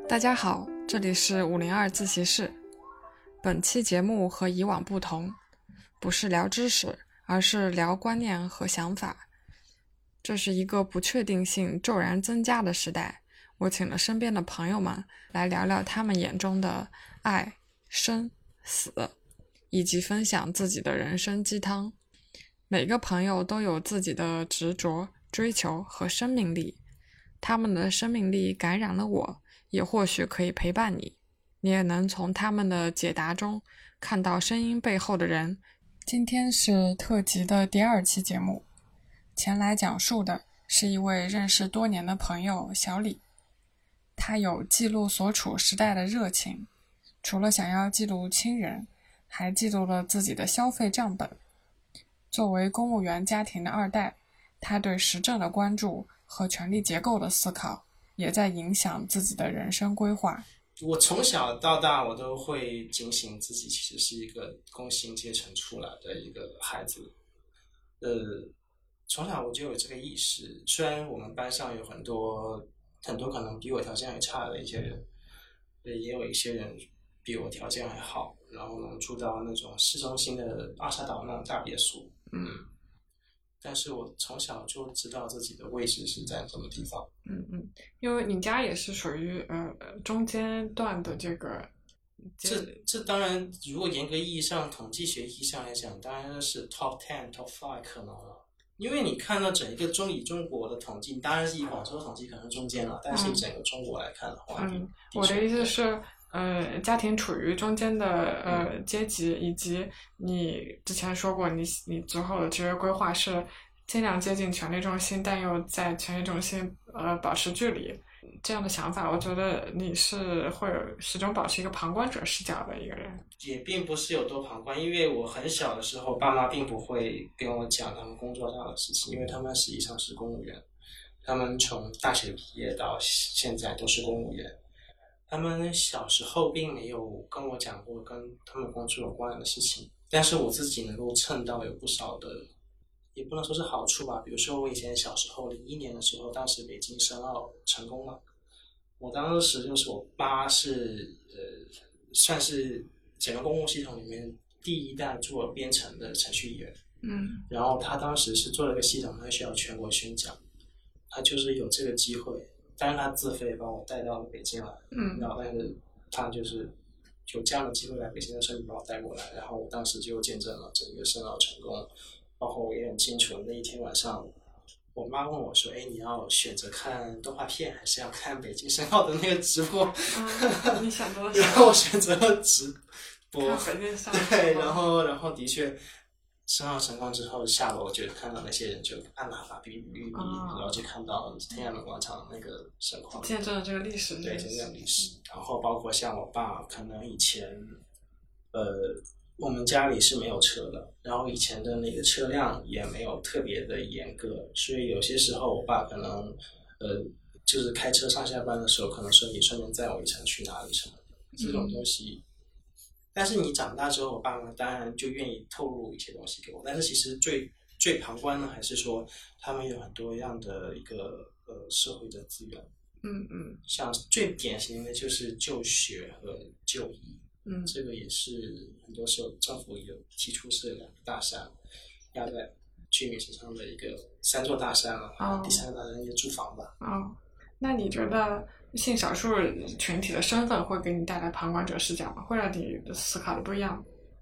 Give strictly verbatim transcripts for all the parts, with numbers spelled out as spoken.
大家好，这里是五零二自习室。本期节目和以往不同，不是聊知识，而是聊观念和想法。这是一个不确定性骤然增加的时代，我请了身边的朋友们来聊聊他们眼中的爱、生、死，以及分享自己的人生鸡汤。每个朋友都有自己的执着、追求和生命力，他们的生命力感染了我，也或许可以陪伴你，你也能从他们的解答中看到声音背后的人。今天是特辑的第二期节目，前来讲述的是一位认识多年的朋友小李。他有记录所处时代的热情，除了想要记录亲人，还记录了自己的消费账本。作为公务员家庭的二代，他对时政的关注和权力结构的思考也在影响自己的人生规划。 我从小到大我都会警醒自己其实是一个工薪阶层出来的一个孩子。呃，从小我就有这个意识，虽然我们班上有很多很多可能比我条件还差的一些人，也有一些人比我条件还好，然后能住到那种市中心的二沙岛那种大别墅。嗯，但是我从小就知道自己的位置是在什么地方。 嗯嗯，因为你家也是属于呃中间段的这个。 这这当然，如果严格意义上、统计学意义上来讲，当然是 top ten、top five 可能了。因为你看到整一个中以中国的统计，当然是以广州统计可能中间了，但是以整个中国来看的话， 嗯，我的意思是。呃，家庭处于中间的呃阶级，以及你之前说过你你之后的职业规划是尽量接近权力中心，但又在权力中心呃保持距离，这样的想法，我觉得你是会始终保持一个旁观者视角的一个人。 也并不是有多旁观，因为我很小的时候，爸妈并不会跟我讲他们工作上的事情，因为他们实际上是公务员，他们从大学毕业到现在都是公务员。他们小时候并没有跟我讲过跟他们工作有关的事情，但是我自己能够蹭到有不少的，也不能说是好处吧。比如说我以前小时候零一年的时候，当时北京申奥成功了，我当时就是我爸是呃算是整个公共系统里面第一代做编程的程序员。 嗯， 然后他当时是做了个系统，他需要全国宣讲，他就是有这个机会。但是他自费把我带到了北京来， 嗯， 然后但是他就是有这样的机会来北京的时候把我带过来，然后我当时就见证了整个申奥成功，包括我也很清楚那一天晚上，我妈问我说：“哎，你要选择看动画片还是要看北京申奥的那个直播？” 嗯，你选择了， 然后我选择了直播， 看北京申奥。 对，然后然后的确。申奥成功之后下楼，就看到那些人就按喇叭哔哔哔哔，然后就看到天安门广场那个盛况， 见证了这个历史。 对，见证历史。然后包括像我爸，可能以前，呃，我们家里是没有车的，然后以前的那个车辆也没有特别的严格，所以有些时候我爸可能，呃，就是开车上下班的时候，可能说你顺便载我一程去哪里什么的，这种东西。但是你长大之后，我爸妈当然就愿意透露一些东西给我。但是其实最最旁观的还是说，他们有很多样的一个呃社会的资源。 嗯嗯。像最典型的就是就学和就医。 嗯， 这个也是很多时候政府有提出是两个大山压在居民身上的一个三座大山了。哦。第三个大山就是住房吧。 哦，那你觉得？性少数群体的身份会给你带来旁观者视角吗？会让你思考的不一样？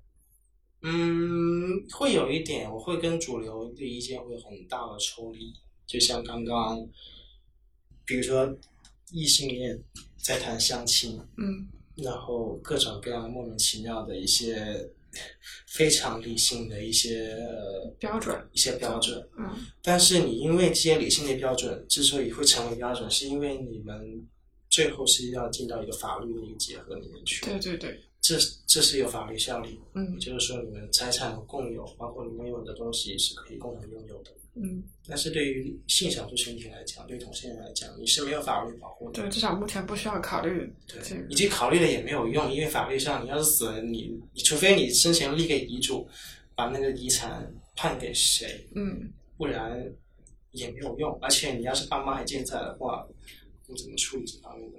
嗯，会有一点，我会跟主流的意见会有很大的抽离。就像刚刚，比如说异性恋在谈相亲， 嗯， 然后各种各样莫名其妙的一些非常理性的一些、呃、 标准， 一些标准， 嗯， 但是你因为这些理性的标准之所以会成为标准，是因为你们最后是要进到一个法律的一个结合里面去。 对对对， 这这是有法律效力。 嗯， 也就是说你们财产共有，包括你们有的东西是可以共同拥有的。 嗯， 但是对于性少数群体来讲，对同性人来讲，你是没有法律保护的。 对，至少目前不需要考虑。 对，以及考虑了也没有用，因为法律上你要是死了，你你除非你生前立个遗嘱，把那个遗产判给谁， 嗯， 不然也没有用。而且你要是爸妈还健在的话，你怎么处理这方面的东西？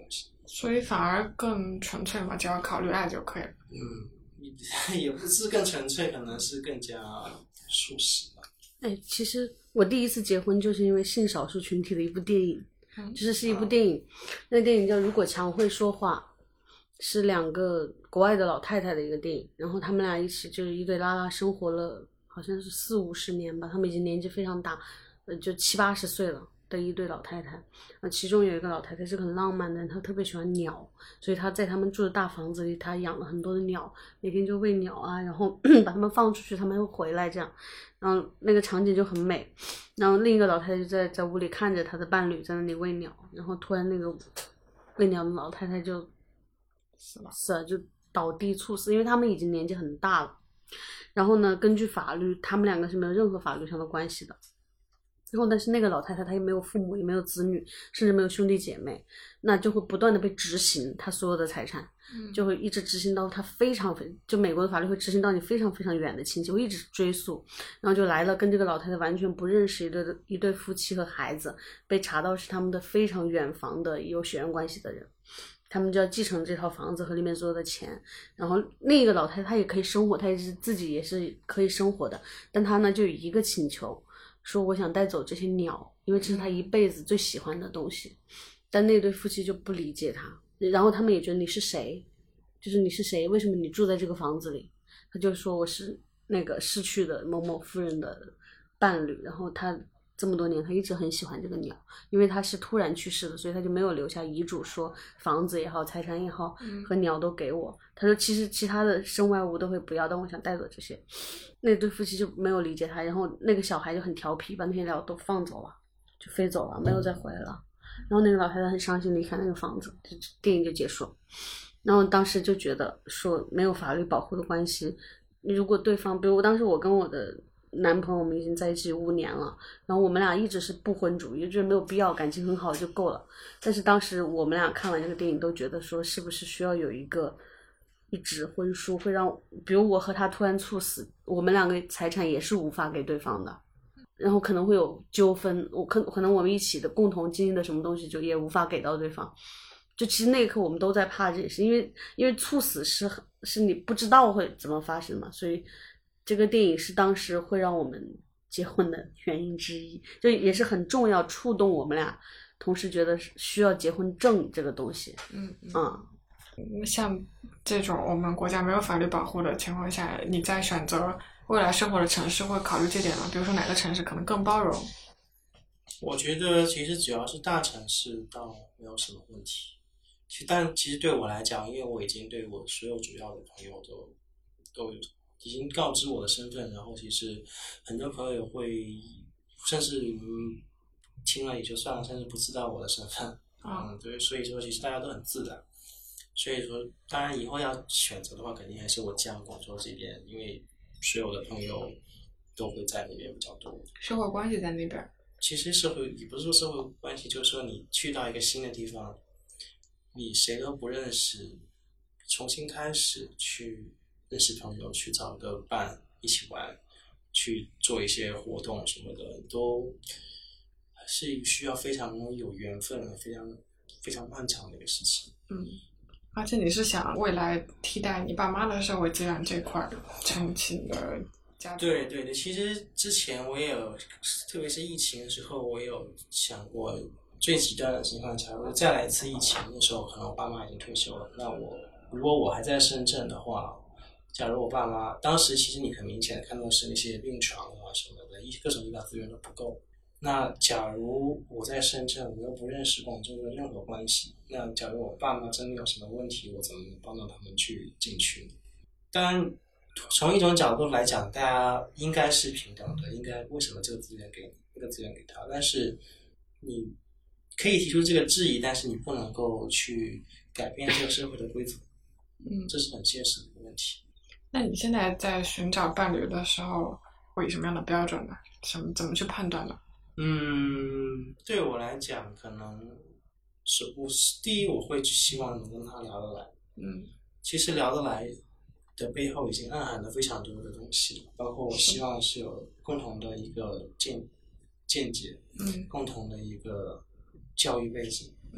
所以反而更纯粹嘛，只要考虑爱就可以了。 嗯，也不是更纯粹，可能是更加舒适吧。 哎，其实我第一次结婚就是因为性少数群体的一部电影， 嗯、 就是是一部电影，那电影叫《如果墙会说话》，是两个国外的老太太的一个电影，然后他们俩一起就是一对拉拉生活了好像是四五十年吧，他们已经年纪非常大，呃，就七八十岁了的一对老太太。呃，其中有一个老太太是个很浪漫的人，她特别喜欢鸟，所以她在他们住的大房子里，她养了很多的鸟，每天就喂鸟啊，然后把它们放出去，它们又回来这样，然后那个场景就很美。然后另一个老太太就在在屋里看着她的伴侣在那里喂鸟，然后突然那个喂鸟的老太太就死了，死了就倒地猝死，因为他们已经年纪很大了。然后呢，根据法律，他们两个是没有任何法律上的关系的。然后但是那个老太太她也没有父母，也没有子女，甚至没有兄弟姐妹，那就会不断的被执行她所有的财产， 嗯、 就会一直执行到她非常非就美国的法律会执行到你非常非常远的亲戚，会一直追溯。然后就来了跟这个老太太完全不认识一对一对夫妻和孩子，被查到是他们的非常远房的有血缘关系的人，他们就要继承这套房子和里面所有的钱。然后另一个老太太她也可以生活，她也是自己也是可以生活的，但她呢就有一个请求，说我想带走这些鸟，因为这是她一辈子最喜欢的东西。但那对夫妻就不理解她，然后他们也觉得你是谁，就是你是谁，为什么你住在这个房子里。他就说我是那个逝去的某某夫人的伴侣，然后他这么多年他一直很喜欢这个鸟，因为他是突然去世的，所以他就没有留下遗嘱说房子也好财产也好和鸟都给我。他说其实其他的身外物都会不要，但我想带走这些。那对夫妻就没有理解他，然后那个小孩就很调皮，把那些鸟都放走了，就飞走了，没有再回来了。然后那个老太太很伤心离开那个房子，就电影就结束。然后当时就觉得说没有法律保护的关系，如果对方比如当时我跟我的男朋友我们已经在一起五年了，然后我们俩一直是不婚主义，就是没有必要，感情很好就够了。但是当时我们俩看完这个电影都觉得说是不是需要有一个一纸婚书，会让比如我和他突然猝死，我们两个财产也是无法给对方的，然后可能会有纠纷，我可可能我们一起的共同经历的什么东西就也无法给到对方。就其实那一刻我们都在怕这件事，因为因为猝死是是你不知道会怎么发生嘛，所以这个电影是当时会让我们结婚的原因之一，就也是很重要，触动我们俩，同时觉得需要结婚证这个东西。 嗯嗯。 嗯， 像这种我们国家没有法律保护的情况下，你在选择未来生活的城市会考虑这点吗？比如说哪个城市可能更包容？ 我觉得其实只要是大城市倒没有什么问题。其实但其实对我来讲，因为我已经对我所有主要的朋友都都已经告知我的身份，然后其实很多朋友也会甚至嗯听了也就算了，甚至不知道我的身份。 嗯， 嗯，对，所以说其实大家都很自然。所以说，当然以后要选择的话，肯定还是我家广州这边，因为所有的朋友都会在那边比较多。 社会关系在那边。 其实社会也不是说社会关系，就是说你去到一个新的地方，你谁都不认识，重新开始去认识朋友，去找个伴一起玩，去做一些活动什么的，都是需要非常有缘分、非常非常漫长的一个事情。 嗯，而且你是想未来替代你爸妈的社会资源这块撑起的家庭？ 对对对，其实之前我也有，特别是疫情的时候，我也有想过。最极端的情况下，如果再来一次疫情的时候，可能我爸妈已经退休了。那我如果我还在深圳的话，假如我爸妈当时其实你很明显的看到是那些病床啊什么的，各种医疗资源都不够。那假如我在深圳，我又不认识广州的任何关系，那假如我爸妈真的有什么问题，我怎么帮到他们去进去？当然，从一种角度来讲，大家应该是平等的，应该为什么这个资源给你，那个资源给他？但是你可以提出这个质疑，但是你不能够去改变这个社会的规则， 嗯， 这是很现实的一个问题。 那你现在在寻找伴侣的时候，会以什么样的标准呢？什么怎么去判断呢？ 嗯，对我来讲，可能是我第一，我会希望能跟他聊得来。 嗯， 其实聊得来的背后已经暗含了非常多的东西，包括我希望是有共同的一个见见解， 嗯， 共同的一个教育背景， 嗯，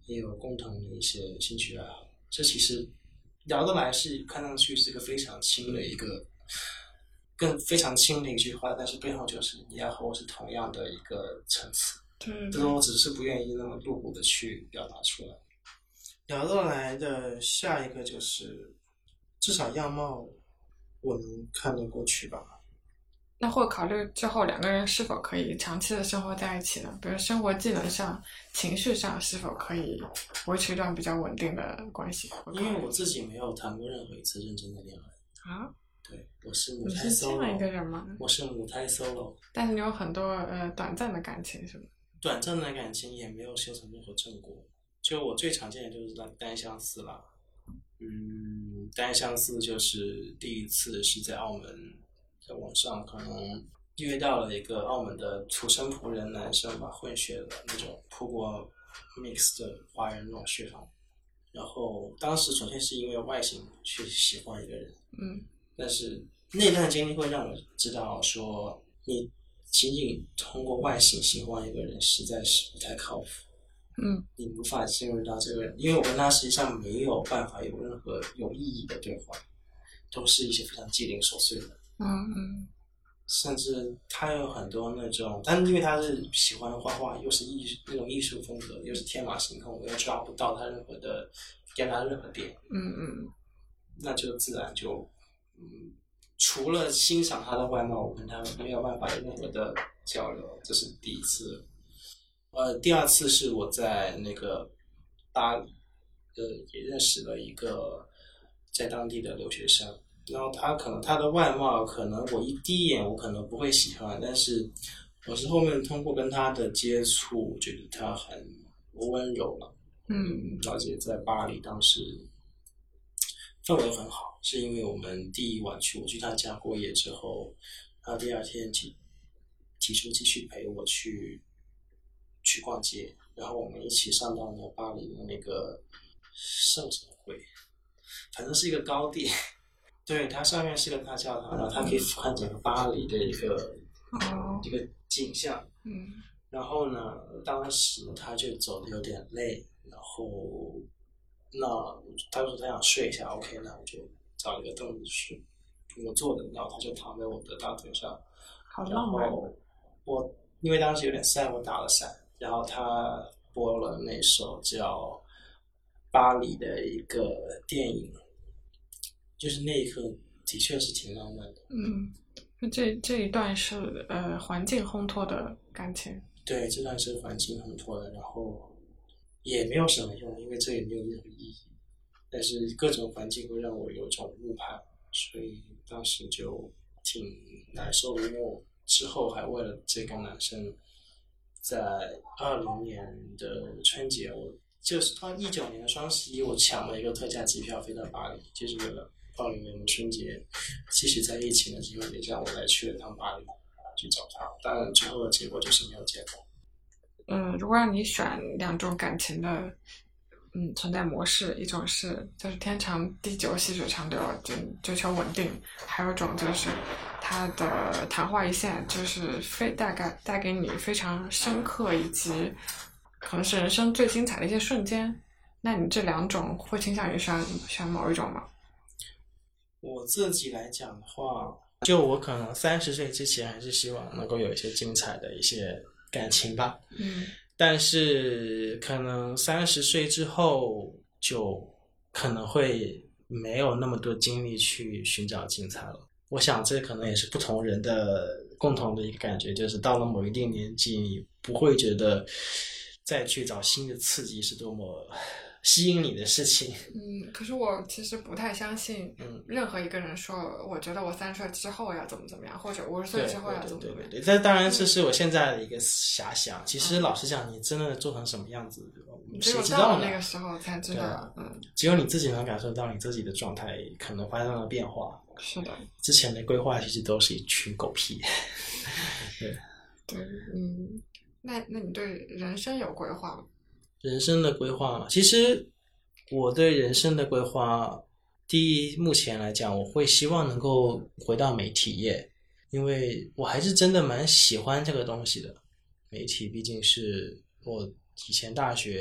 也有共同的一些兴趣爱好。这其实聊得来是看上去是一个非常轻的一个更非常轻的一句话，但是背后就是你要和我是同样的一个层次。 对， 这种我只是不愿意那么露骨的去表达出来。聊得来的下一个就是至少样貌我能看得过去吧。 那会考虑之后两个人是否可以长期的生活在一起呢？比如生活技能上、情绪上是否可以维持一段比较稳定的关系？ 因为我自己没有谈过任何一次认真的恋爱啊。 对，我是母你胎是这样一 solo， 个人吗？ 我是母胎 solo， 但是你有很多呃短暂的感情是吗？ 短暂的感情也没有修成任何正果。就我最常见的就是单相思啦。嗯，单相思就是第一次是在澳门，在网上可能约到了一个澳门的土生葡人男生吧，混血的那种葡国 mix 的华人那种血统。然后当时纯粹是因为外形去喜欢一个人， 嗯， 但是那段经历会让我知道说，你仅仅通过外形喜欢一个人实在是不太靠谱。 嗯， 你无法进入到这个人，因为我跟他实际上没有办法有任何有意义的对话，都是一些非常鸡零琐碎的。 嗯嗯， 甚至他有很多那种，但因为他是喜欢画画，又是艺那种艺术风格，又是天马行空，我又抓不到他任何的跟他任何点。 嗯嗯， 那就自然就嗯，除了欣赏他的外貌，我跟他没有办法有任何的交流，这是第一次。呃，第二次是我在那个巴黎，呃，也认识了一个在当地的留学生，然后他可能他的外貌可能我一第一眼我可能不会喜欢，但是我是后面通过跟他的接触，觉得他很温柔了。 嗯， 而且在巴黎当时氛围很好，是因为我们第一晚去我去他家过夜之后，他第二天提提出继续陪我去去逛街，然后我们一起上到了巴黎的那个圣什么会，反正是一个高地，对，它上面是个大教堂，然后它可以俯瞰整个巴黎的一个、 哦、 一个景象。 嗯， 然后呢，当时他就走的有点累，然后那他说他想睡一下 ，OK， 那我就找一个凳子睡，我坐的，然后他就躺在我的大腿上， 好浪漫。 然后我因为当时有点晒，我打了伞，然后他播了那首叫巴黎的一个电影，就是那一刻的确是挺浪漫的。 嗯，这这一段是呃环境烘托的感情。 对，这段是环境烘托的，然后也没有什么用，因为这也没有任何意义。但是各种环境会让我有一种误判，所以当时就挺难受的。因为我之后还为了这个男生，在二零年的春节，我就是到一九年的双十一，我抢了一个特价机票飞到巴黎，就是为了二零年的春节，即使在疫情的机会底下，我来去了趟巴黎去找他。当然，最后的结果就是没有结果。 嗯，如果让你选两种感情的嗯存在模式，一种是就是天长地久、细水长流，就追求稳定；还有一种就是它的昙花一现，就是非大概带给你非常深刻以及可能是人生最精彩的一些瞬间。那你这两种会倾向于选选某一种吗？ 我自己来讲的话，就我可能三十岁之前还是希望能够有一些精彩的一些感情吧。 嗯， 但是可能三十岁之后就可能会没有那么多精力去寻找精彩了。我想这可能也是不同人的共同的一个感觉，就是到了某一定年纪，你不会觉得再去找新的刺激是多么吸引你的事情。 嗯，可是我其实不太相信任何一个人说我觉得我三十岁之后要怎么怎么样，或者五十岁之后要怎么怎么样。 对对对对，这当然这是我现在的一个遐想。其实老实讲，你真的做成什么样子， 只有谁知道呢？ 那个时候才知道。嗯， 只有你自己能感受到你自己的状态可能发生了变化。 是的， 之前的规划其实都是一群狗屁。对对，嗯，那那你对人生有规划吗？ 人生的规划，其实我对人生的规划，第一，目前来讲，我会希望能够回到媒体业，因为我还是真的蛮喜欢这个东西的。媒体毕竟是我以前大学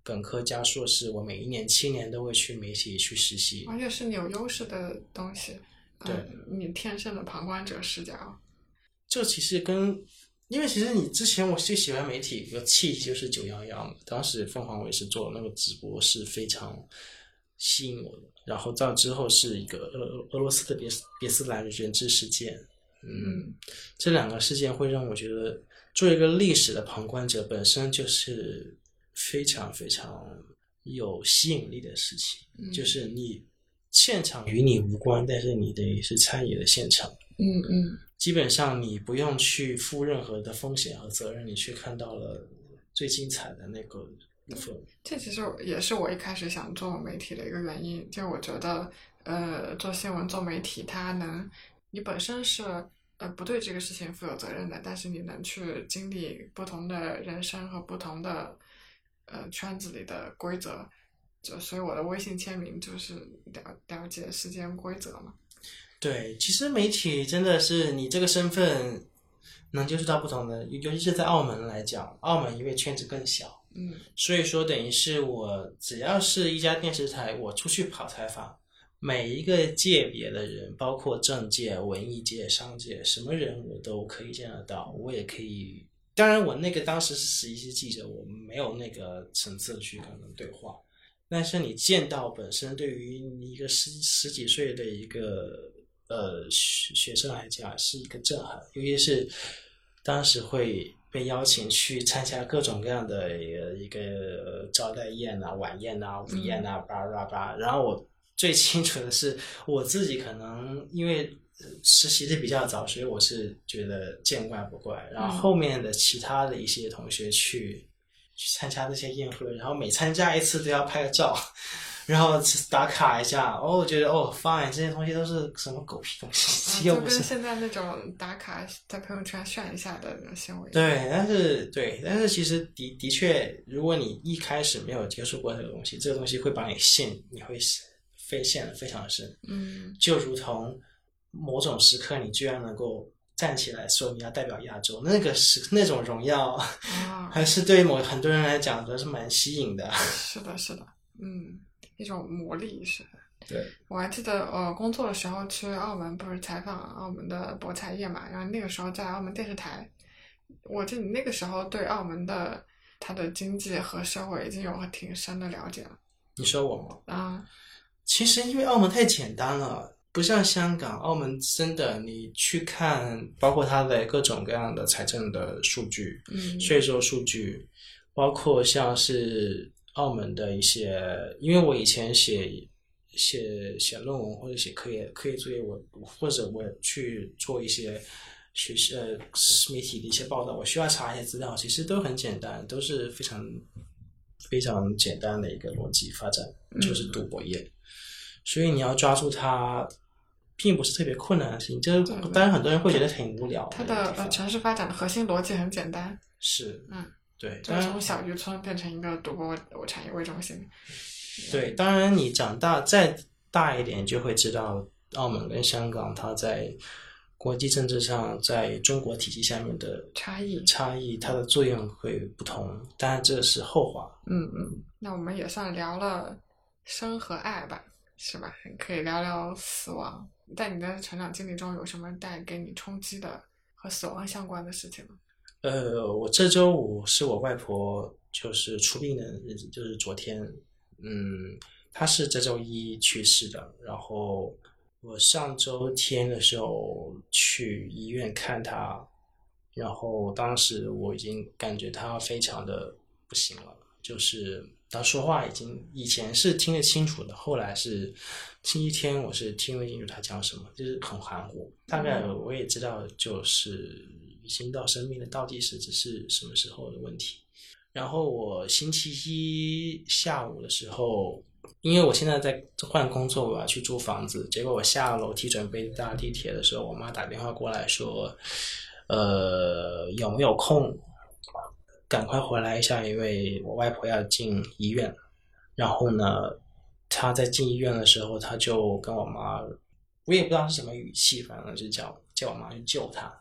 本科加硕士，我每一年七年都会去媒体去实习， 而且是你有优势的东西。 对、 嗯，你天生的旁观者视角。 这其实跟因为其实你之前我最喜欢媒体有个契机就是九一一嘛，当时凤凰卫视做那个直播是非常吸引我的，然后到之后是一个俄俄罗斯的别别斯兰人质事件，嗯，这两个事件会让我觉得做一个历史的旁观者本身就是非常非常有吸引力的事情， 嗯、 就是你现场与你无关，但是你等于是参与了现场， 嗯嗯， 基本上你不用去负任何的风险和责任，你却看到了最精彩的那个部分。 这其实也是我一开始想做媒体的一个原因，就我觉得呃，做新闻做媒体它能，你本身是呃不对这个事情负有责任的，但是你能去经历不同的人生和不同的呃圈子里的规则，就所以我的微信签名就是了了解世间规则嘛。 对，其实媒体真的是你这个身份能接触到不同的，尤其是在澳门来讲，澳门因为圈子更小， 嗯， 所以说等于是我只要是一家电视台，我出去跑采访，每一个界别的人，包括政界、文艺界、商界，什么人我都可以见得到，我也可以。当然，我那个当时是实习记者，我没有那个层次去跟他们对话。但是你见到本身对于你一个十十几岁的一个呃学学生来讲是一个震撼，尤其是当时会被邀请去参加各种各样的一个一个招待宴啊、晚宴啊、午宴啊，叭叭叭。然后我最清楚的是，我自己可能因为实习的比较早，所以我是觉得见怪不怪。然后后面的其他的一些同学去。去参加这些宴会，然后每参加一次都要拍个照，然后打卡一下。哦，我觉得哦 ，fine， 这些东西都是什么狗屁东西， 啊、就跟现在那种打卡在朋友圈炫一下的那种行为。 对，但是对，但是其实的的确，如果你一开始没有接触过这个东西，这个东西会把你陷，你会非陷得非常深。 嗯， 就如同某种时刻，你居然能够站起来说你要代表亚洲，那个是那种荣耀、啊、还是对某很多人来讲都是蛮吸引的。 是的是的，嗯，一种魔力是的。 对， 我还记得呃工作的时候去澳门，不是采访澳门的博彩业嘛，然后那个时候在澳门电视台，我记得你那个时候对澳门的它的经济和社会已经有挺深的了解了。 你说我吗？ 啊， 其实因为澳门太简单了，不像香港，澳门真的你去看，包括它的各种各样的财政的数据， 嗯， 税收数据，包括像是澳门的一些，因为我以前写写写论文或者写科研科研作业，我或者我去做一些学习呃媒体的一些报道，我需要查一些资料，其实都很简单，都是非常非常简单的一个逻辑发展，就是赌博业。嗯，所以你要抓住它并不是特别困难的事情，这当然很多人会觉得很无聊。 它的呃城市发展的核心逻辑很简单， 是， 嗯， 对， 就是从小渔村变成一个赌博产业为中心。 对，当然你长大再大一点就会知道，澳门跟香港它在国际政治上，在中国体系下面的差异， 差异它的作用会不同，当然这是后话。 嗯嗯，那我们也算聊了生和爱吧。是吧？可以聊聊死亡。在你的成长经历中，有什么带给你冲击的和死亡相关的事情吗？ 呃，我这周五是我外婆就是出殡的日子，就是昨天。嗯，她是这周一去世的。然后我上周天的时候去医院看她，然后当时我已经感觉她非常的不行了，就是他说话已经以前是听得清楚的，后来是星期天我是听得清楚他讲什么，就是很含糊。大概我也知道就是已经到生命的倒计时，只是什么时候的问题。然后我星期一下午的时候，因为我现在在换工作，我要去租房子，结果我下楼梯准备搭地铁的时候，我妈打电话过来说呃有没有空赶快回来一下，因为我外婆要进医院。然后呢，她在进医院的时候，她就跟我妈，我也不知道是什么语气，反正就叫叫我妈去救她。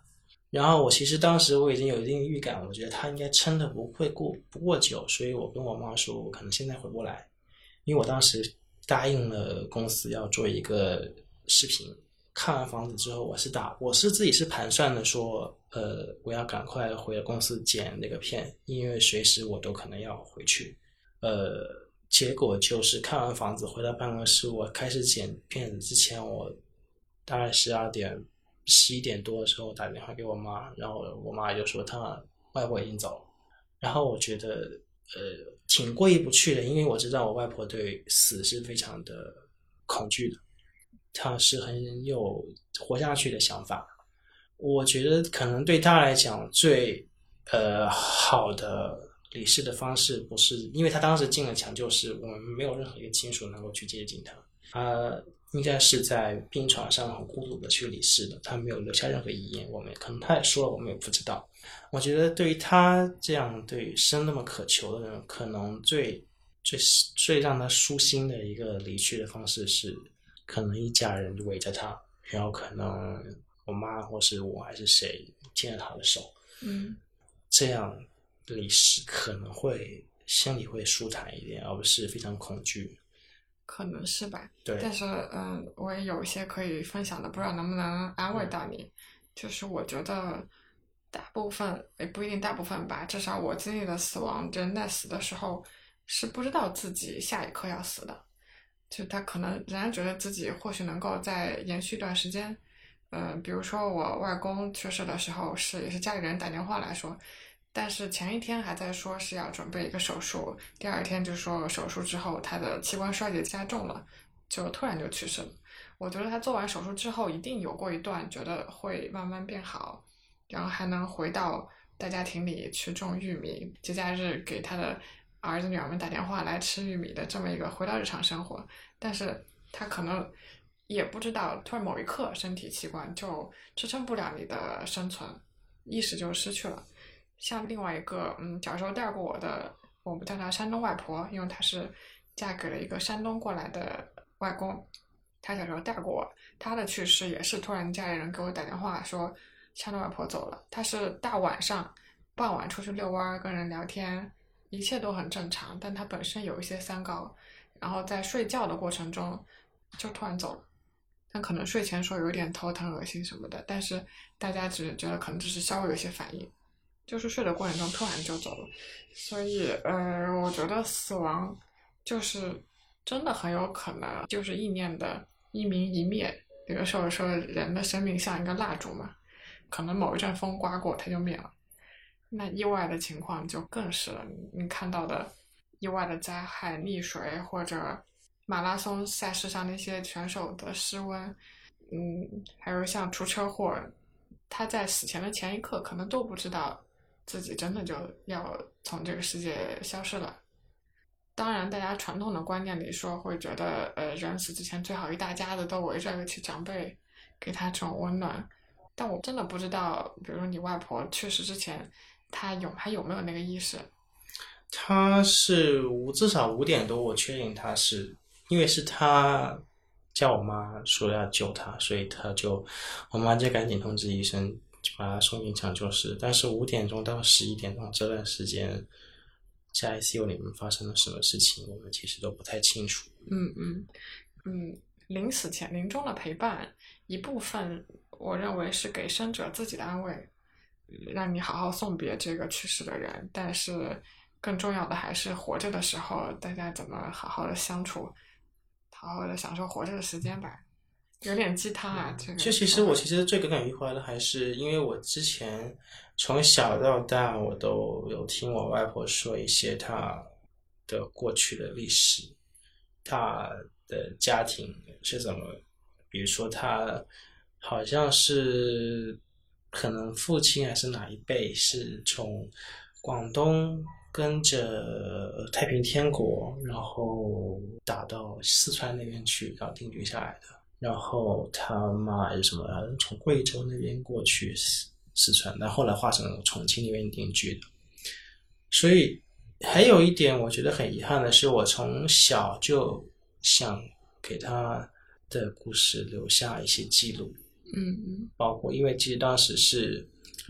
然后我其实当时我已经有一定预感，我觉得他应该撑的不会过不过久，所以我跟我妈说，我可能现在回不来，因为我当时答应了公司要做一个视频。看完房子之后，我是打我是自己是盘算的说，呃，我要赶快回公司剪那个片，因为随时我都可能要回去。呃，结果就是看完房子回到办公室，我开始剪片子之前，我大概十二点。十一点多的时候打电话给我妈，然后我妈就说她外婆已经走了，然后我觉得呃挺过意不去的，因为我知道我外婆对死是非常的恐惧的，她是很有活下去的想法。我觉得可能对她来讲最呃好的离世的方式，不是因为她当时进了抢救室，我们没有任何一个亲属能够去接近她，她应该是在病床上很孤独的去离世的，他没有留下任何遗言，我们可能他也说了，我们也不知道。我觉得对于他这样对生那么渴求的人，可能最最最让他舒心的一个离去的方式是，可能一家人围着他，然后可能我妈或是我还是谁牵着他的手， 嗯， 这样离世可能会心里会舒坦一点，而不是非常恐惧。 可能是吧， 对， 但是嗯，我也有一些可以分享的，不知道能不能安慰到你。嗯、就是我觉得大部分也不一定大部分吧，至少我经历的死亡，人在死的时候是不知道自己下一刻要死的，就他可能仍然觉得自己或许能够再延续一段时间。嗯、呃，比如说我外公去世的时候，是也是家里人打电话来说。但是前一天还在说是要准备一个手术，第二天就说手术之后他的器官衰竭加重了，就突然就去世了。我觉得他做完手术之后一定有过一段觉得会慢慢变好，然后还能回到大家庭里去种玉米，节假日给他的儿子女儿们打电话来吃玉米的这么一个回到日常生活。但是他可能也不知道突然某一刻身体器官就支撑不了你的生存，意识就失去了。像另外一个，嗯，小时候带过我的，我们叫她山东外婆，因为她是嫁给了一个山东过来的外公，她小时候带过我。她的去世也是突然家里人给我打电话说山东外婆走了。她是大晚上傍晚出去遛弯跟人聊天，一切都很正常，但她本身有一些三高，然后在睡觉的过程中就突然走了。但可能睡前说有点头疼恶心什么的，但是大家只觉得可能只是稍微有一些反应，就是睡的过程中突然就走了。所以呃，我觉得死亡就是真的很有可能就是意念的一明一灭。有的时候说人的生命像一个蜡烛嘛，可能某一阵风刮过它就灭了。那意外的情况就更是了，你看到的意外的灾害、溺水或者马拉松赛事上那些选手的失温，嗯，还有像出车祸，他在死前的前一刻可能都不知道自己真的就要从这个世界消失了。当然大家传统的观念里说会觉得呃，人死之前最好一大家子都围着去长辈给他这种温暖，但我真的不知道比如你外婆去世之前她有还有没有那个意识。 她是五至少五点多我确定她是因为是她叫我妈说要救她，所以她就我妈就赶紧通知医生把她送进抢救室。但是五点钟到十一点钟这段时间在 I C U 里面发生了什么事情我们其实都不太清楚。 嗯嗯嗯，临死前临终的陪伴一部分我认为是给生者自己的安慰，让你好好送别这个去世的人，但是更重要的还是活着的时候大家怎么好好的相处，好好的享受活着的时间吧。有点鸡汤啊，这个。 就其实我其实最耿耿于怀的还是因为我之前从小到大我都有听我外婆说一些她的过去的历史，她的家庭是怎么，比如说她好像是可能父亲还是哪一辈是从广东跟着太平天国然后打到四川那边去然后定居下来的，然后他妈还是什么从贵州那边过去四川，但后来化成重庆那边定居的。所以还有一点我觉得很遗憾的是，我从小就想给他的故事留下一些记录。 嗯嗯， 包括因为其实当时是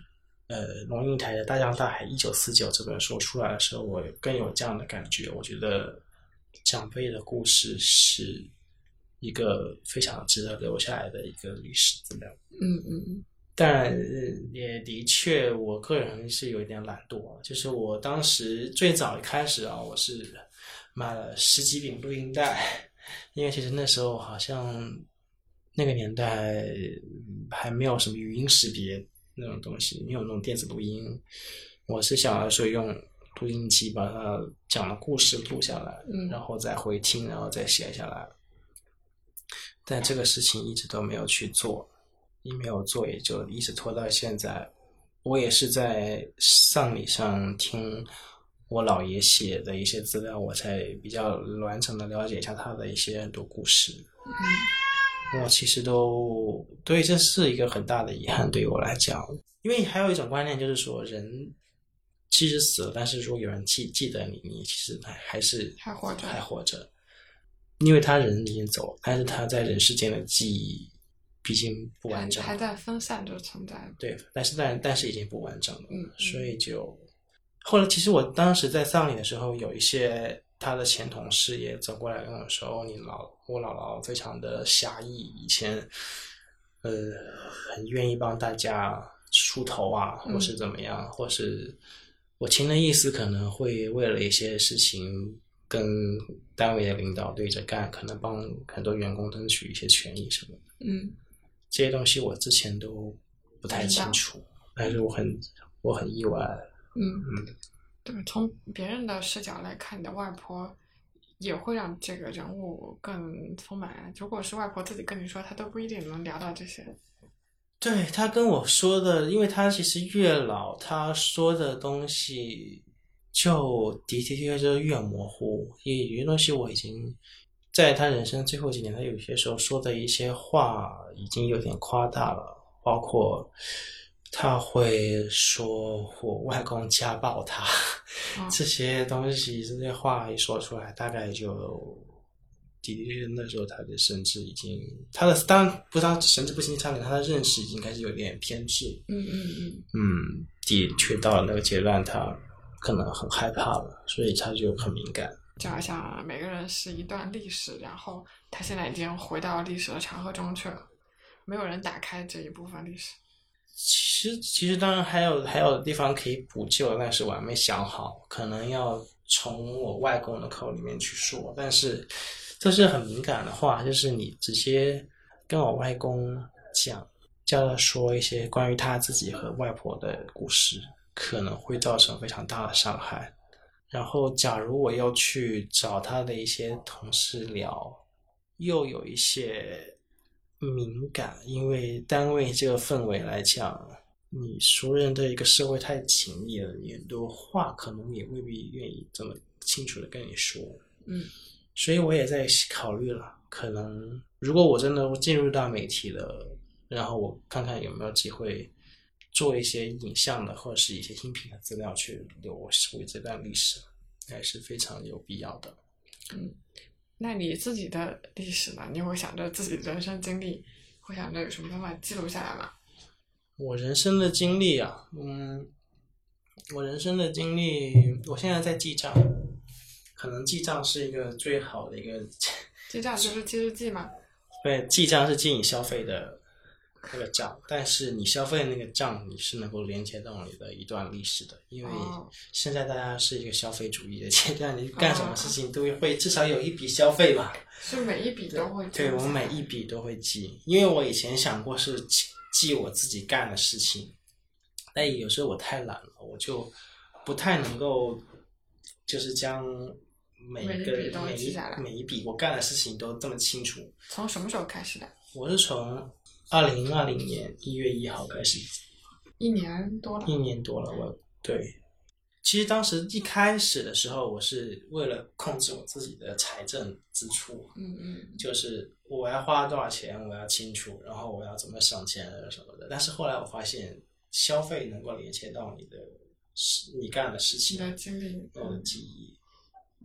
呃龙应台的《大江大海一九四九》这本书出来的时候，我更有这样的感觉。我觉得长辈的故事是一个非常值得留下来的一个历史资料。 嗯嗯嗯。 但也的确，我个人是有一点懒惰，就是我当时最早一开始啊，我是买了十几柄录音带，因为其实那时候好像那个年代还没有什么语音识别那种东西，没有那种电子录音，我是想要说用录音机把它讲的故事录下来， 嗯， 然后再回听，然后再写下来。但这个事情一直都没有去做。一没有做，也就一直拖到现在。我也是在丧礼上听我姥爷写的一些资料，我才比较完整的了解一下他的一些很多故事。 嗯， 我其实都对，这是一个很大的遗憾，对于我来讲。因为还有一种观念就是说，人即使死了，但是如果有人记记得你，你其实还是还活着， 还活着。因为他人已经走了，但是他在人世间的记忆毕竟不完整， 还在分散着存在。 对，但是但但是已经不完整了， 嗯，嗯所以就后来，其实我当时在丧礼的时候，有一些他的前同事也走过来跟我说：“你姥我姥姥非常的侠义，以前呃很愿意帮大家梳头啊，或是怎么样，嗯、或是我听的意思可能会为了一些事情跟单位的领导对着干，可能帮很多员工争取一些权益什么的。” 嗯。 这些东西我之前都不太清楚，但是我很我很意外。 嗯嗯，对，从别人的视角来看，你的外婆也会让这个人物更丰满。如果是外婆自己跟你说，她都不一定能聊到这些。 对，她跟我说的，因为她其实越老，她说的东西就的的确确就越模糊。有些东西我已经。在他人生最后几年，他有些时候说的一些话已经有点夸大了，包括他会说我外公家暴他，哦、这些东西这些话一说出来，大概就的确那时候他的神智已经，他的当然不知道神志不清上面，他的认识已经开始有点偏执。 嗯嗯嗯嗯，的确到了那个阶段，他可能很害怕了，所以他就很敏感。 就好像每个人是一段历史，然后他现在已经回到历史的长河中去了，没有人打开这一部分历史。 其实，其实当然还有还有地方可以补救，但是我还没想好，可能要从我外公的口里面去说。但是这是很敏感的话，就是你直接跟我外公讲，叫他说一些关于他自己和外婆的故事，可能会造成非常大的伤害。然后假如我要去找他的一些同事聊，又有一些敏感，因为单位这个氛围来讲，你熟人的一个社会太紧密了，你很多话可能也未必愿意这么清楚的跟你说。 嗯， 所以我也在考虑了，可能如果我真的进入到媒体了，然后我看看有没有机会做一些影像的或者是一些音频的资料去留为这段历史，还是非常有必要的。 嗯，那你自己的历史呢？你会想着自己的人生经历，会想着有什么办法记录下来吗？ 我人生的经历啊，嗯，我人生的经历，我现在在记账，可能记账是一个最好的一个。 记账就是记日记吗？ 对，记账是记你消费的那个账，但是你消费的那个账你是能够连接到你的一段历史的，因为现在大家是一个消费主义的阶段，你干什么事情都会至少有一笔消费吧， 是每一笔都会记。 对，我每一笔都会记，因为我以前想过是记我自己干的事情，但有时候我太懒了，我就不太能够就是将每一个每一笔都记下来， 每一笔我干的事情都这么清楚。 从什么时候开始的？ 我是从二零二零年一月一号开始， 一年多了。 一年多了，我对。其实当时一开始的时候，我是为了控制我自己的财政支出， 嗯嗯， 就是我要花多少钱，我要清楚，然后我要怎么省钱什么的。但是后来我发现，消费能够连接到你的你干的事情、 你的经历、 你的记忆。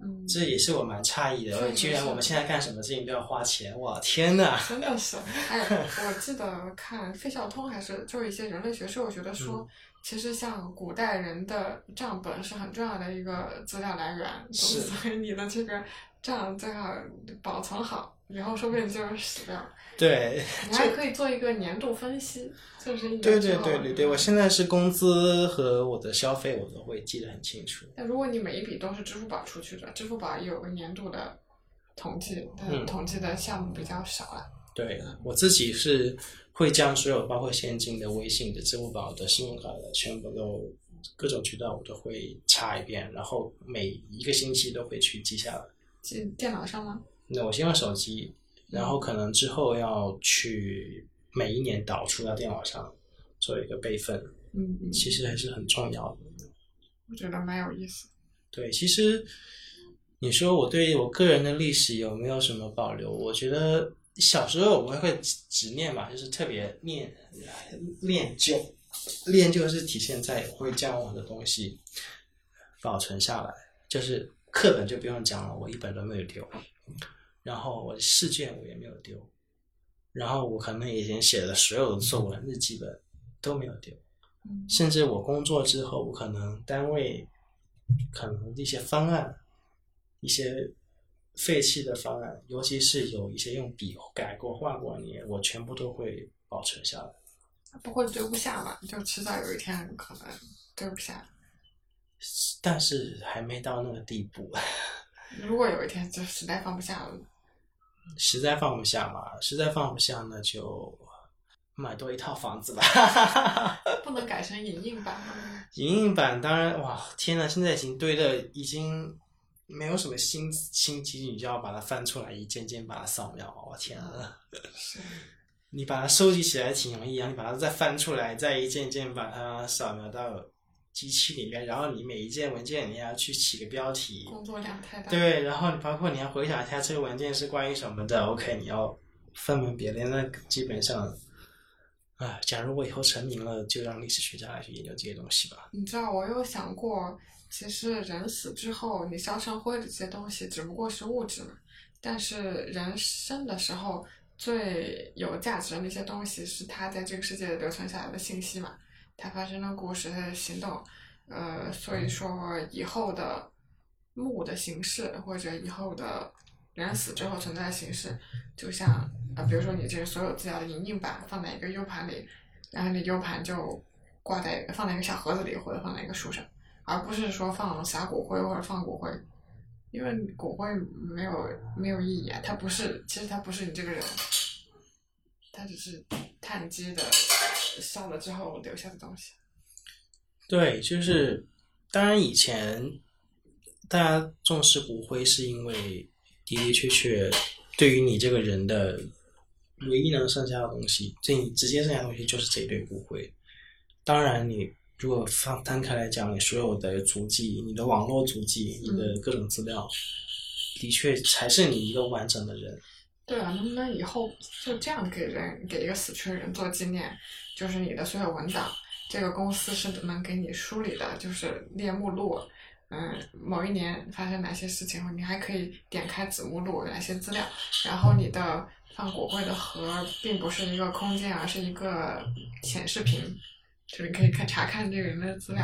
嗯， 这也是我蛮诧异的。 确实居然是我们现在干什么事情都要花钱，哇天哪！ 真的是，哎，我记得看费孝通还是就是一些人类学社，我觉得说， 嗯其实像古代人的账本是很重要的一个资料来源， 是所以你的这个账最好保存好，以后说不定就是死掉。 对， 你还可以做一个年度分析，就是一年对对之后对对对，我现在是工资和我的消费我都会记得很清楚。 但如果你每一笔都是支付宝出去的，支付宝也有个年度的统计，但嗯统计的项目比较少了。 对，我自己是会将所有包括现金的、微信的、支付宝的、信用卡的，全部都各种渠道我都会查一遍，然后每一个星期都会去记下来。 记电脑上吗？ 那我先用手机，然后可能之后要去每一年导出到电脑上做一个备份， 嗯嗯， 其实还是很重要的。 我觉得蛮有意思。 对，其实你说我对我个人的历史有没有什么保留？我觉得小时候我们会执念嘛，就是特别念念旧，念旧是体现在我会将我的东西保存下来，就是课本就不用讲了，我一本都没有丢，然后我的试卷我也没有丢，然后我可能以前写的所有的作文日记本都没有丢，甚至我工作之后，我可能单位可能一些方案，一些废弃的方案，尤其是有一些用笔改过画过的，我全部都会保存下来。 不会丢不下嘛？就迟早有一天可能丢不下。 但是还没到那个地步。 如果有一天就实在放不下了， 实在放不下嘛，实在放不下那就买多一套房子吧。 不能改成影印版吗？ 影印版当然，哇，天哪！现在已经堆的已经没有什么新新机，你就要把它翻出来，一件件把它扫描。我天啊！ 是。 你把它收集起来挺容易啊，你把它再翻出来，再一件件把它扫描到机器里面，然后你每一件文件你要去起个标题， 工作量太大。 对，然后包括你要回想一下这个文件是关于什么的 ，OK， 你要分门别类，那基本上，啊，假如我以后成名了，就让历史学家来去研究这些东西吧。 你知道，我有想过，其实人死之后，你烧成灰的这些东西只不过是物质嘛，但是人生的时候最有价值的那些东西是他在这个世界留存下来的信息嘛，他发生的故事，他的行动，呃，所以说以后的墓的形式或者以后的人死之后存在的形式，就像啊、呃，比如说你这个所有资料的影印版放在一个 U 盘里，然后你 U 盘就挂在放在一个小盒子里或者放在一个树上，而不是说放撒骨灰或者放骨灰。因为骨灰没有没有意义啊，它不是，其实它不是你这个人，它只是碳基的烧了之后留下的东西。 对，就是当然以前大家重视骨灰，是因为的的确确对于你这个人的唯一能剩下的东西，这你直接剩下的东西就是这一堆骨灰。当然你如果放摊开来讲，你所有的足迹，你的网络足迹，你的各种资料，嗯、的确才是你一个完整的人。 对啊，能不能以后就这样给人给一个死去的人做纪念？就是你的所有文档，这个公司是能给你梳理的，就是列目录。嗯，某一年发生哪些事情，你还可以点开子目录哪些资料，然后你的放骨灰的盒并不是一个空间，而是一个显示屏。就是你可以看查看这个人的资料。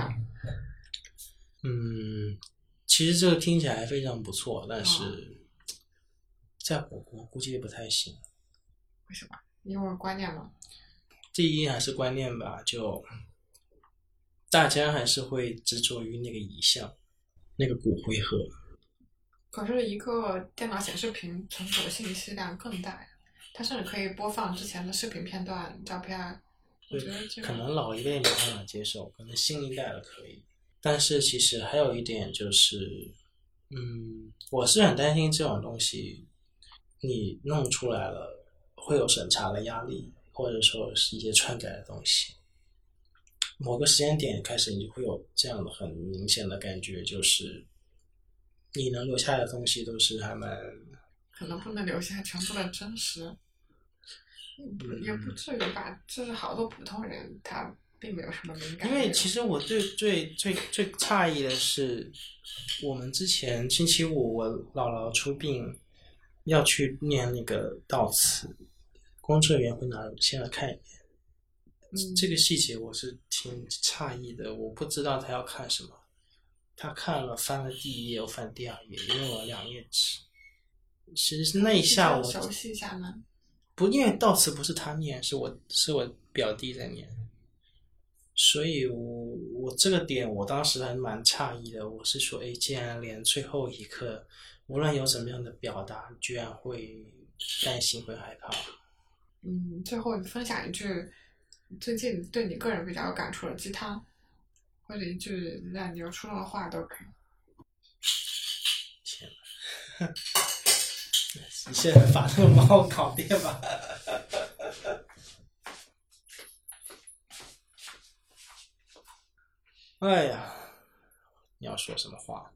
嗯，其实这个听起来非常不错，但是在我国估计也不太行。 为什么？因为观念吗？ 第一还是观念吧，就大家还是会执着于那个遗像，那个骨灰盒。 可是一个电脑显示屏存储的信息量更大呀，它甚至可以播放之前的视频片段、照片。 对，可能老一辈没办法接受，可能新一代的可以。但是其实还有一点就是，嗯，我是很担心这种东西，你弄出来了会有审查的压力，或者说是一些篡改的东西。某个时间点开始，你就会有这样的很明显的感觉，就是你能留下来的东西都是还蛮…… 可能不能留下全部的真实。也不至于吧，就是好多普通人他并没有什么敏感。 因为其实我最最最最诧异的是，我们之前星期五我姥姥出殡要去念那个悼词，工作人员会拿先来看一眼。 嗯， 这个细节我是挺诧异的，我不知道他要看什么。他看了翻了第一页，又翻第二页，用了两页纸。其实那一下我熟悉一下吗？ 不，因为悼词不是他念，是我是我表弟在念，所以我我这个点我当时还蛮诧异的。我是说，哎，既然连最后一刻，无论有怎么样的表达，居然会担心会害怕。 嗯，最后你分享一句最近对你个人比较有感触的鸡汤，或者一句让你有触动的话都可以。 天哪！你现在把那个猫搞定吧。哎呀，你要说什么话？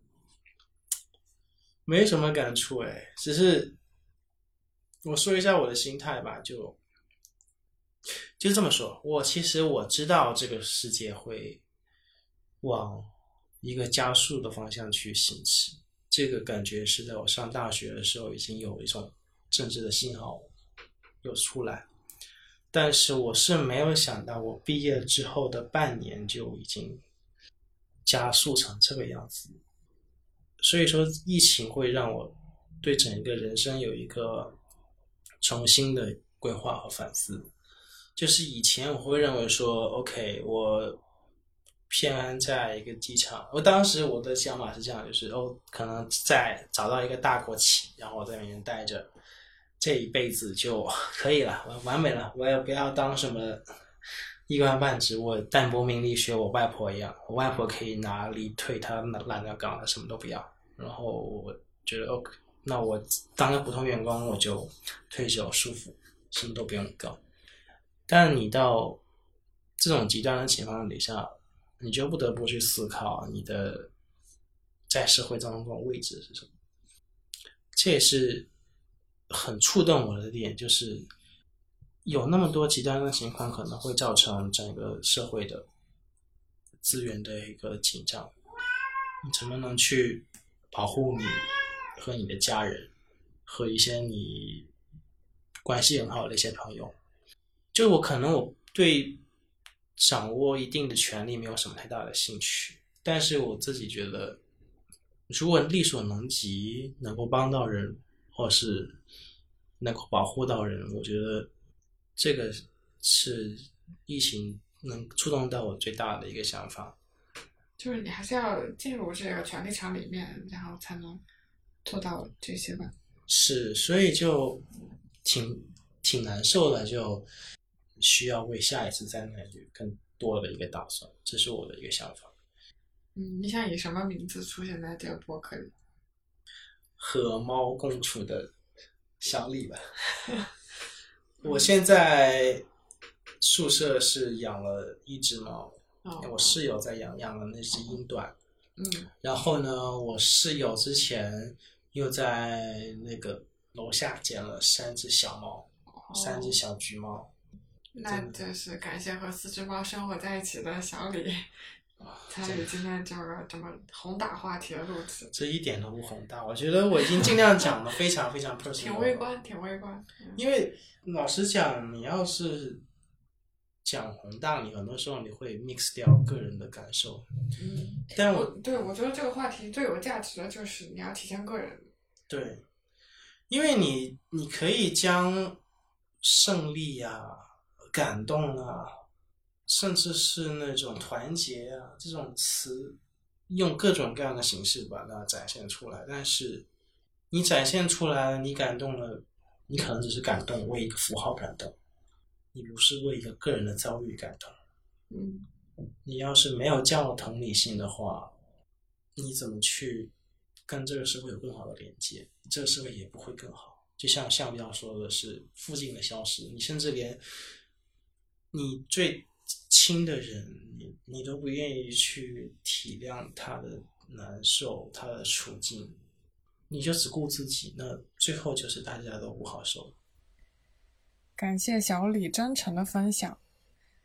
没什么感触哎，只是我说一下我的心态吧，就就这么说。我其实我知道这个世界会往一个加速的方向去行驶，这个感觉是在我上大学的时候已经有一种政治的信号有出来，但是我是没有想到我毕业之后的半年就已经加速成这个样子。所以说疫情会让我对整个人生有一个重新的规划和反思。就是以前我会认为说 OK 我偏安在一个机场，我当时我的想法是这样，就是哦，可能在找到一个大国企，然后我在里面待着，这一辈子就可以了，完美了，我也不要当什么一官半职，我淡泊名利学我外婆一样，我外婆可以拿离退，她懒得干了，什么都不要。然后我觉得 OK， 那我当个普通员工我就退休舒服，什么都不用搞。但你到这种极端的情况底下，你就不得不去思考你的在社会当中的位置是什么。这也是很触动我的点，就是有那么多极端的情况可能会造成整个社会的资源的一个紧张，你怎么能去保护你和你的家人和一些你关系很好的一些朋友。就我可能我对掌握一定的权利没有什么太大的兴趣，但是我自己觉得如果力所能及能够帮到人或是能够保护到人，我觉得这个是疫情能触动到我最大的一个想法。 就是你还是要进入这个权力场里面，然后才能做到这些吧。 是，所以就挺挺难受的，就需要为下一次灾难有更多的一个打算，这是我的一个想法。 嗯，你想以什么名字出现在这个博客里？ 和猫共处的小李吧。我现在宿舍是养了一只猫， 哦， 我室友在养养了那只英短。 嗯， 然后呢，我室友之前又在那个楼下捡了三只小猫， 哦， 三只小橘猫。 那就是感谢和四只猫生活在一起的小李参与今天这个这么宏大话题的录制。 这一点都不宏大，我觉得我已经尽量讲的非常非常 personal， 挺微观，挺微观。嗯、 因为老实讲，你要是讲宏大，你很多时候你会 mix 掉个人的感受。 嗯， 但我对我觉得这个话题最有价值的就是你要体现个人。 对，因为你你可以将胜利啊、感动啊，甚至是那种团结啊这种词，用各种各样的形式把它展现出来。但是你展现出来了，你感动了，你可能只是感动，为一个符号感动，你不是为一个个人的遭遇感动。 嗯， 你要是没有这样的同理心的话，你怎么去跟这个社会有更好的连接？这个社会也不会更好。就像项标说的是附近的消失，你甚至连你最亲的人你你都不愿意去体谅他的难受，他的处境，你就只顾自己，那最后就是大家都不好受。 感谢小李真诚的分享。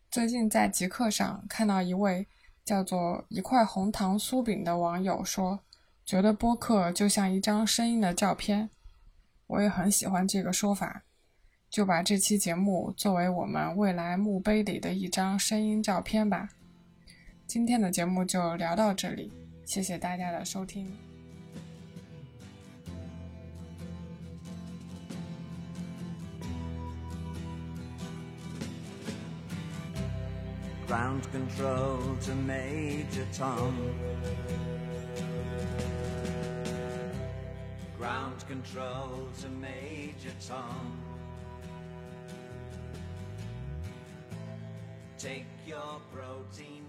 最近在极客上看到一位叫做一块红糖酥饼的网友说，觉得播客就像一张声音的照片。我也很喜欢这个说法，就把这期节目作为我们未来墓碑里的一张声音照片吧。今天的节目就聊到这里，谢谢大家的收听。 Ground control to Major Tom. Ground control to Major Tom. Take your protein